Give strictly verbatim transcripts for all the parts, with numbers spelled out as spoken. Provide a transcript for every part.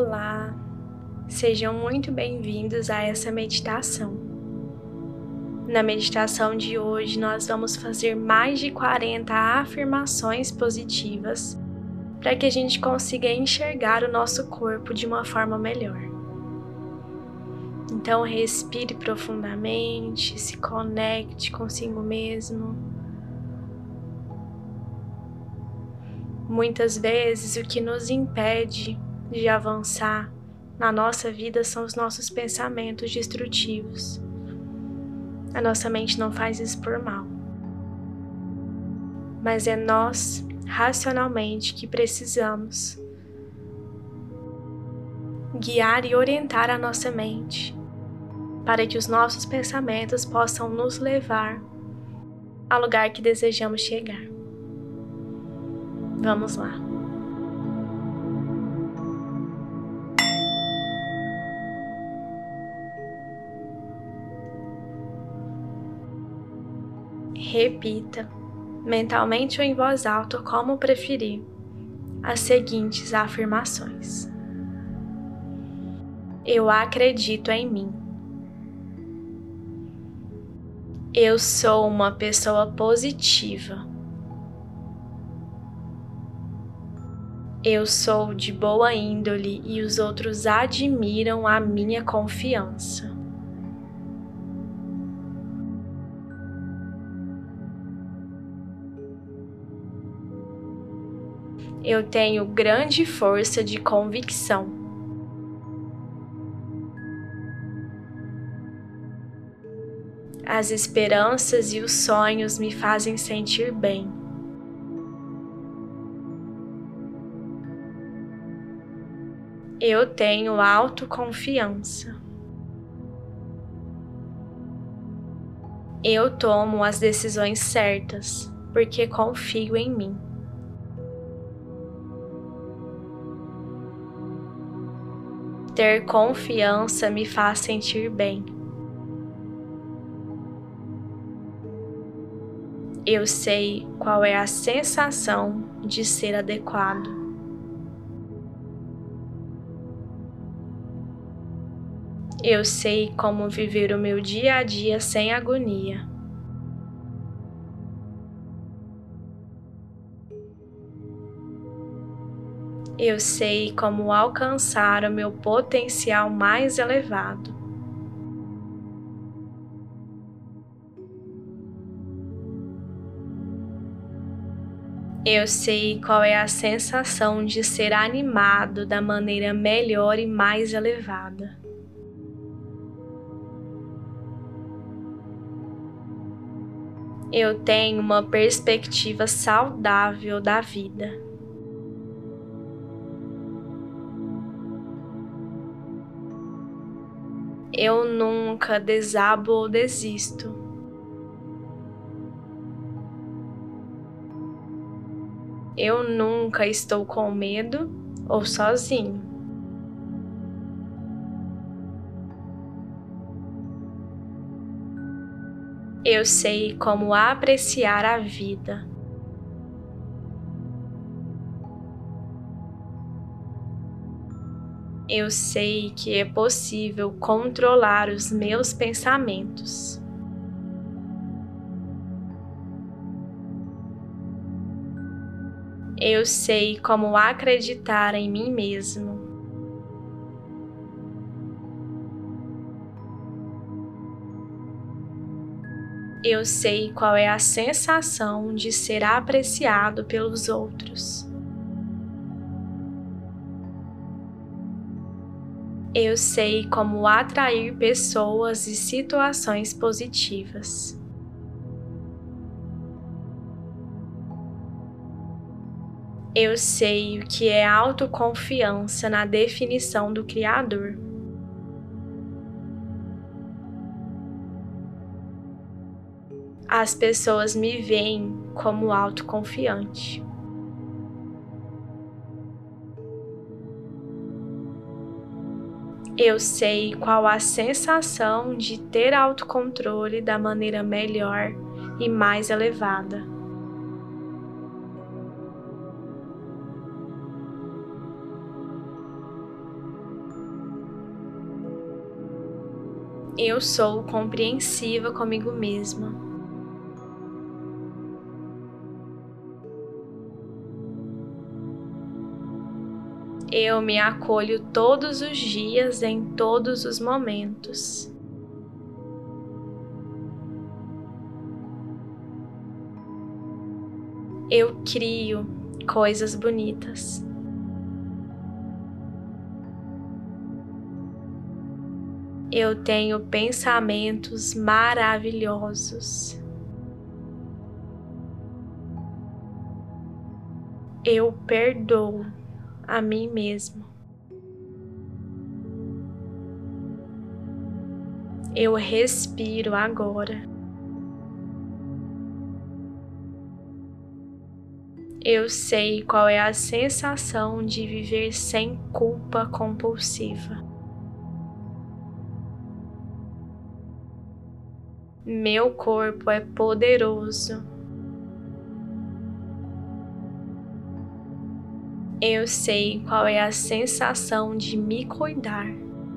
Olá, sejam muito bem-vindos a essa meditação. Na meditação de hoje, nós vamos fazer mais de quarenta afirmações positivas para que a gente consiga enxergar o nosso corpo de uma forma melhor. Então, respire profundamente, se conecte consigo mesmo. Muitas vezes, o que nos impede de avançar na nossa vida são os nossos pensamentos destrutivos. A nossa mente não faz isso por mal, mas é nós, racionalmente, que precisamos guiar e orientar a nossa mente para que os nossos pensamentos possam nos levar ao lugar que desejamos chegar. Vamos lá. Repita, mentalmente ou em voz alta, como preferir, as seguintes afirmações. Eu acredito em mim. Eu sou uma pessoa positiva. Eu sou de boa índole e os outros admiram a minha confiança. Eu tenho grande força de convicção. As esperanças e os sonhos me fazem sentir bem. Eu tenho autoconfiança. Eu tomo as decisões certas, porque confio em mim. Ter confiança me faz sentir bem. Eu sei qual é a sensação de ser adequado. Eu sei como viver o meu dia a dia sem agonia. Eu sei como alcançar o meu potencial mais elevado. Eu sei qual é a sensação de ser animado da maneira melhor e mais elevada. Eu tenho uma perspectiva saudável da vida. Eu nunca desabo ou desisto. Eu nunca estou com medo ou sozinho. Eu sei como apreciar a vida. Eu sei que é possível controlar os meus pensamentos. Eu sei como acreditar em mim mesmo. Eu sei qual é a sensação de ser apreciado pelos outros. Eu sei como atrair pessoas e situações positivas. Eu sei o que é autoconfiança na definição do Criador. As pessoas me veem como autoconfiante. Eu sei qual a sensação de ter autocontrole da maneira melhor e mais elevada. Eu sou compreensiva comigo mesma. Eu me acolho todos os dias em todos os momentos. Eu crio coisas bonitas. Eu tenho pensamentos maravilhosos. Eu perdoo a mim mesmo. Eu respiro agora. Eu sei qual é a sensação de viver sem culpa compulsiva. Meu corpo é poderoso. Eu sei qual é a sensação de me cuidar.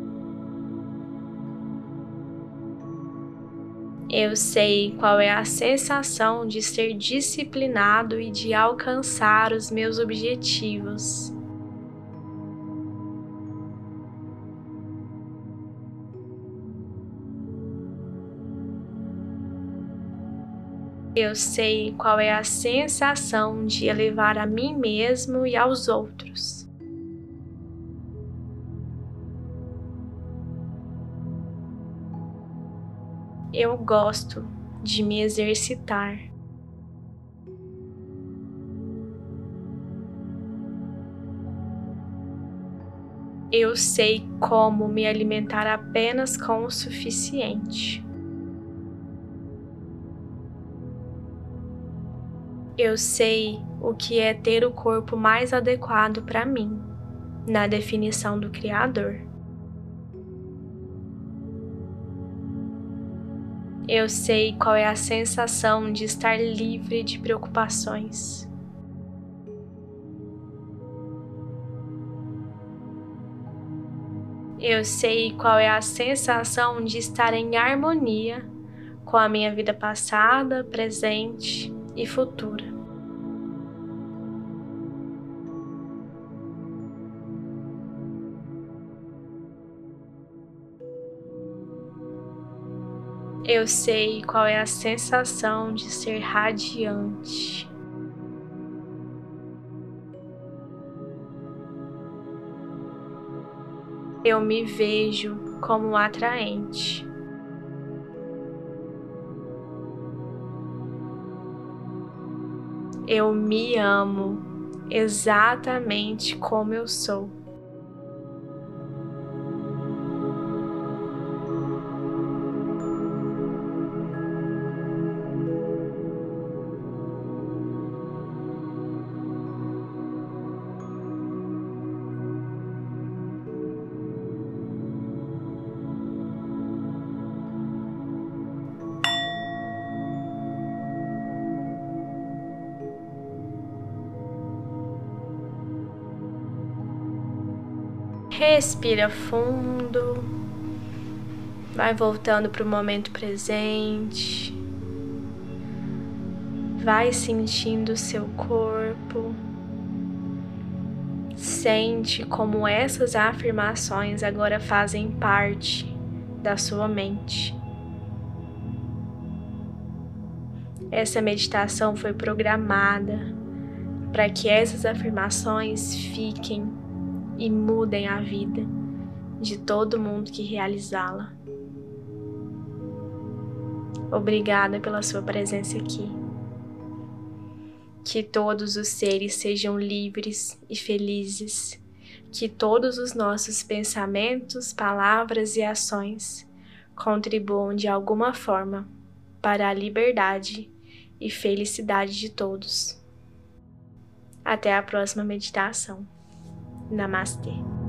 Eu sei qual é a sensação de ser disciplinado e de alcançar os meus objetivos. Eu sei qual é a sensação de elevar a mim mesmo e aos outros. Eu gosto de me exercitar. Eu sei como me alimentar apenas com o suficiente. Eu sei o que é ter o corpo mais adequado para mim, na definição do Criador. Eu sei qual é a sensação de estar livre de preocupações. Eu sei qual é a sensação de estar em harmonia com a minha vida passada, presente e futura. Eu sei qual é a sensação de ser radiante. Eu me vejo como atraente. Eu me amo exatamente como eu sou. Respira fundo, vai voltando para o momento presente, vai sentindo o seu corpo, sente como essas afirmações agora fazem parte da sua mente. Essa meditação foi programada para que essas afirmações fiquem e mudem a vida de todo mundo que realizá-la. Obrigada pela sua presença aqui. Que todos os seres sejam livres e felizes. Que todos os nossos pensamentos, palavras e ações contribuam de alguma forma para a liberdade e felicidade de todos. Até a próxima meditação. Namastê.